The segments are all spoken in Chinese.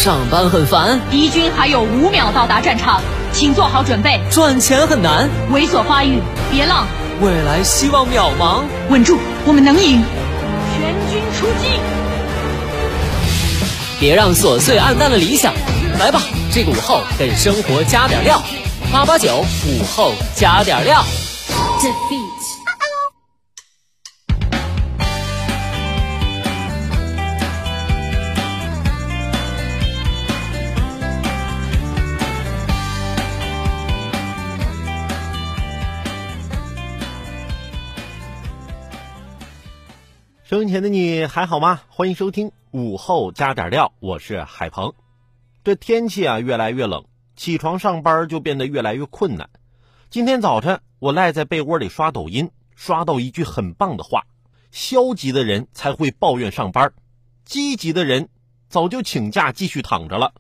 上班很烦， 敌军还有5秒到达战场，请做好准备。 赚钱很难， 猥琐发育，别浪， 未来希望渺茫。 稳住，我们能赢！全军出击！ 别让琐碎暗淡了理想，来吧，这个午后给生活加点料。889午后加点料。 收音前的你还好吗？欢迎收听午后加点料，我是海鹏。这天气啊越来越冷，起床上班就变得越来越困难。今天早晨我赖在被窝里刷抖音，刷到一句很棒的话：消极的人才会抱怨上班，积极的人早就请假继续躺着了。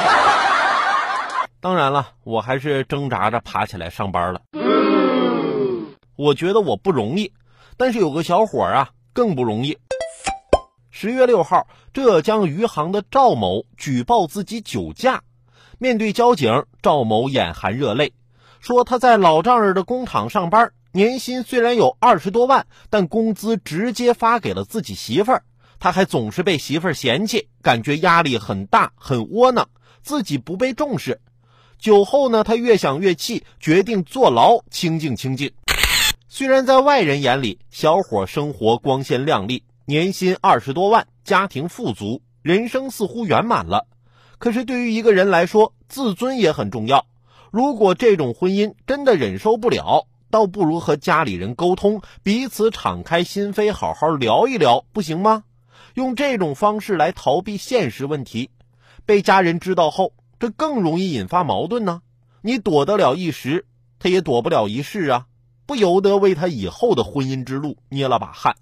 当然了，我还是挣扎着爬起来上班了。我觉得我不容易，但是有个小伙啊更不容易。10月6号，浙江余杭的赵某举报自己酒驾。面对交警，赵某眼含热泪，说他在老丈人的工厂上班，年薪虽然有20多万，但工资直接发给了自己媳妇儿。他还总是被媳妇儿嫌弃，感觉压力很大，很窝囊，自己不被重视。酒后呢，他越想越气，决定坐牢清静清静。虽然在外人眼里，小伙生活光鲜亮丽，年薪20多万，家庭富足，人生似乎圆满了。可是对于一个人来说，自尊也很重要。如果这种婚姻真的忍受不了，倒不如和家里人沟通，彼此敞开心扉，好好聊一聊，不行吗？用这种方式来逃避现实问题，被家人知道后，这更容易引发矛盾呢。你躲得了一时，他也躲不了一世啊，不由得为他以后的婚姻之路捏了把汗。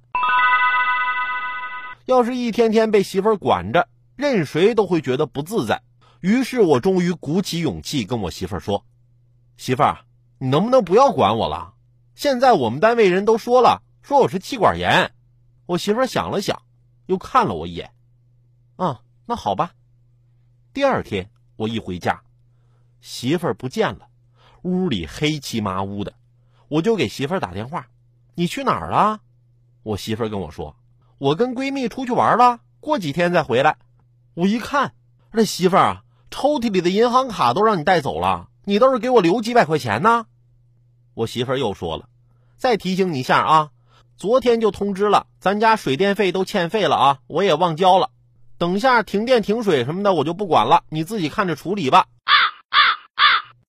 要是一天天被媳妇儿管着，任谁都会觉得不自在。于是我终于鼓起勇气跟我媳妇儿说：媳妇儿，你能不能不要管我了？现在我们单位人都说了，说我是气管炎。我媳妇儿想了想，又看了我一眼。那好吧。第二天我一回家，媳妇儿不见了，屋里黑漆麻乌的。我就给媳妇儿打电话：你去哪儿了？我媳妇儿跟我说：我跟闺蜜出去玩了，过几天再回来。我一看，这媳妇儿啊，抽屉里的银行卡都让你带走了，你倒是给我留几百块钱呢。我媳妇儿又说了：再提醒你一下啊，昨天就通知了，咱家水电费都欠费了啊，我也忘交了。等下停电停水什么的我就不管了，你自己看着处理吧。